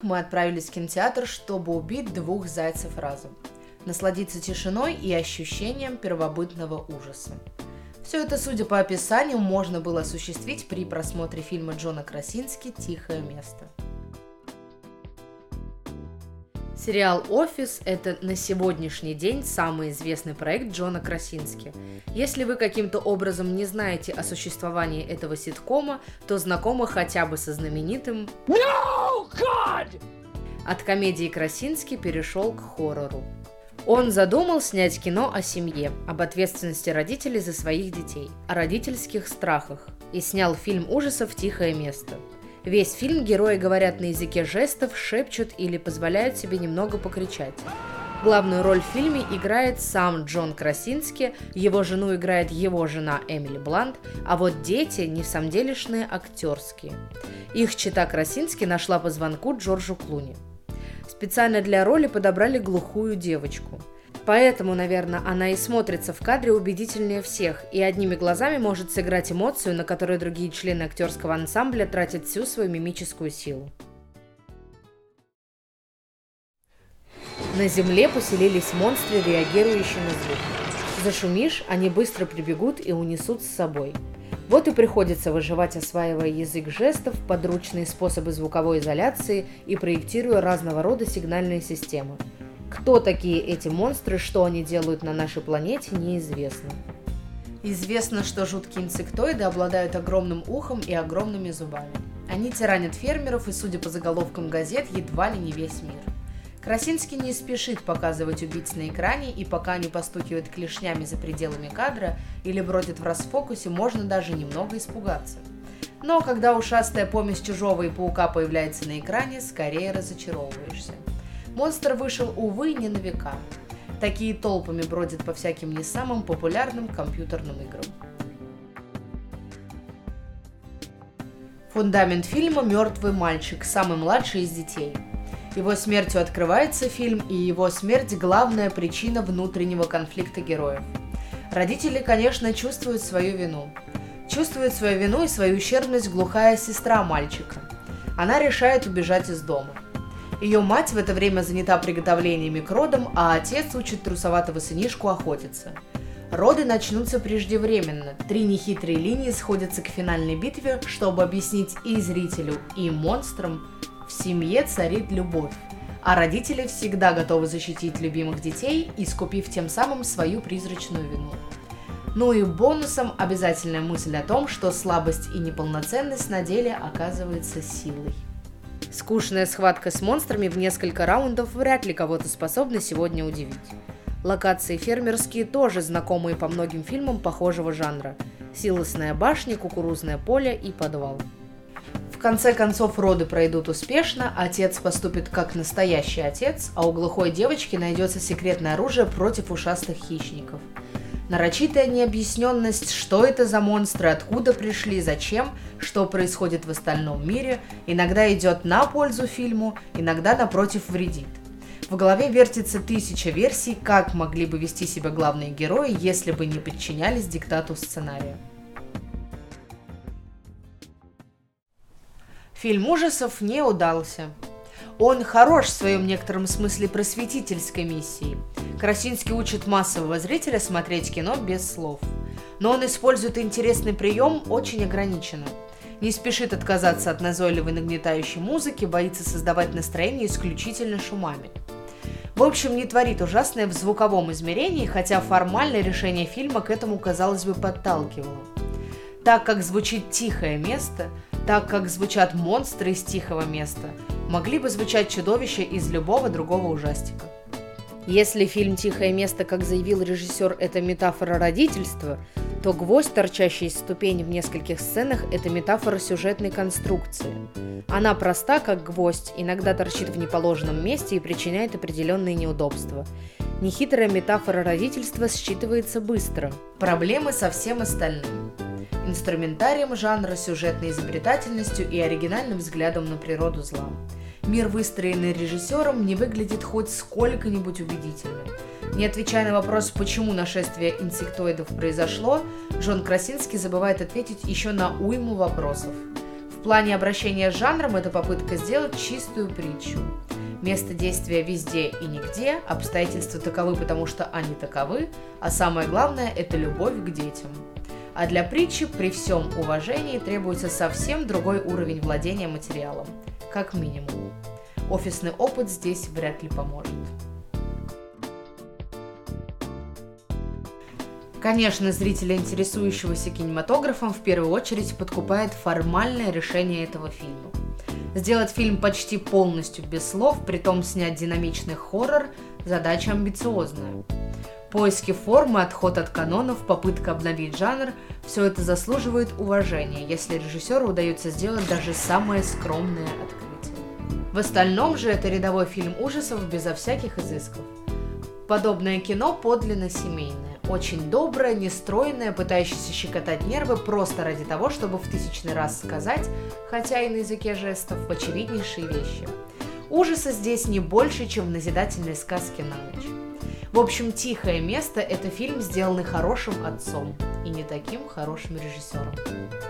мы отправились в кинотеатр, чтобы убить 2 зайцев разом. Насладиться тишиной и ощущением первобытного ужаса. Все это, судя по описанию, можно было осуществить при просмотре фильма Джона Красински «Тихое место». Сериал «Офис» — это на сегодняшний день самый известный проект Джона Красински. Если вы каким-то образом не знаете о существовании этого ситкома, то знакомы хотя бы со знаменитым «No, God!». От комедии Красински перешел к хоррору. Он задумал снять кино о семье, об ответственности родителей за своих детей, о родительских страхах, и снял фильм ужасов «Тихое место». Весь фильм герои говорят на языке жестов, шепчут или позволяют себе немного покричать. Главную роль в фильме играет сам Джон Красински, его жену играет его жена Эмили Блант, а вот дети несамделишные актерские. Их чета Красински нашла по звонку Джорджу Клуни. Специально для роли подобрали глухую девочку. Поэтому, наверное, она и смотрится в кадре убедительнее всех и одними глазами может сыграть эмоцию, на которую другие члены актерского ансамбля тратят всю свою мимическую силу. На земле поселились монстры, реагирующие на звук. Зашумишь, они быстро прибегут и унесут с собой. Вот и приходится выживать, осваивая язык жестов, подручные способы звуковой изоляции и проектируя разного рода сигнальные системы. Кто такие эти монстры, что они делают на нашей планете, неизвестно. Известно, что жуткие инсектоиды обладают огромным ухом и огромными зубами. Они тиранят фермеров и, судя по заголовкам газет, едва ли не весь мир. Красински не спешит показывать убийц на экране, и пока они постукивают клешнями за пределами кадра или бродят в расфокусе, можно даже немного испугаться. Но когда ушастая помесь чужого и паука появляется на экране, скорее разочаровываешься. Монстр вышел, увы, не на века. Такие толпами бродят по всяким не самым популярным компьютерным играм. Фундамент фильма «Мертвый мальчик», самый младший из детей. Его смертью открывается фильм, и его смерть – главная причина внутреннего конфликта героев. Родители, конечно, чувствуют свою вину. Чувствует свою вину и свою ущербность глухая сестра мальчика. Она решает убежать из дома. Ее мать в это время занята приготовлениями к родам, а отец учит трусоватого сынишку охотиться. Роды начнутся преждевременно. 3 нехитрые линии сходятся к финальной битве, чтобы объяснить и зрителю, и монстрам: в семье царит любовь, а родители всегда готовы защитить любимых детей, искупив тем самым свою призрачную вину. Ну и бонусом обязательная мысль о том, что слабость и неполноценность на деле оказывается силой. Скучная схватка с монстрами в несколько раундов вряд ли кого-то способна сегодня удивить. Локации фермерские тоже знакомые по многим фильмам похожего жанра. Силосная башня, кукурузное поле и подвал. В конце концов роды пройдут успешно, отец поступит как настоящий отец, а у глухой девочки найдется секретное оружие против ушастых хищников. Нарочитая необъясненность, что это за монстры, откуда пришли, зачем, что происходит в остальном мире, иногда идет на пользу фильму, иногда, напротив, вредит. В голове вертится 1000 версий, как могли бы вести себя главные герои, если бы не подчинялись диктату сценария. Фильм ужасов не удался. Он хорош в своем некотором смысле просветительской миссией. Красински учит массового зрителя смотреть кино без слов. Но он использует интересный прием очень ограниченно. Не спешит отказаться от назойливой нагнетающей музыки, боится создавать настроение исключительно шумами. В общем, не творит ужасное в звуковом измерении, хотя формальное решение фильма к этому, казалось бы, подталкивало. Так как звучит «Тихое место», так как звучат монстры из «Тихого места», могли бы звучать чудовища из любого другого ужастика. Если фильм «Тихое место», как заявил режиссер, это метафора родительства, то гвоздь, торчащий из ступени в нескольких сценах, это метафора сюжетной конструкции. Она проста, как гвоздь, иногда торчит в неположенном месте и причиняет определенные неудобства. Нехитрая метафора родительства считывается быстро. Проблемы со всем остальным. Инструментарием жанра, сюжетной изобретательностью и оригинальным взглядом на природу зла. Мир, выстроенный режиссером, не выглядит хоть сколько-нибудь убедительно. Не отвечая на вопрос, почему нашествие инсектоидов произошло, Джон Красински забывает ответить еще на уйму вопросов. плане обращения с жанром это попытка сделать чистую притчу. Место действия везде и нигде, обстоятельства таковы, потому что они таковы, а самое главное – это любовь к детям. А для притчи при всем уважении требуется совсем другой уровень владения материалом, как минимум. Офисный опыт здесь вряд ли поможет. Конечно, зрителя, интересующегося кинематографом, в первую очередь подкупает формальное решение этого фильма. Сделать фильм почти полностью без слов, притом снять динамичный хоррор – задача амбициозная. Поиски формы, отход от канонов, попытка обновить жанр – все это заслуживает уважения, если режиссеру удается сделать даже самое скромное открытие. В остальном же это рядовой фильм ужасов безо всяких изысков. Подобное кино подлинно семейное. Очень доброе, нестройное, пытающееся щекотать нервы просто ради того, чтобы в тысячный раз сказать, хотя и на языке жестов, очевиднейшие вещи. Ужаса здесь не больше, чем в назидательной сказке на ночь. В общем, «Тихое место» — это фильм, сделанный хорошим отцом и не таким хорошим режиссером.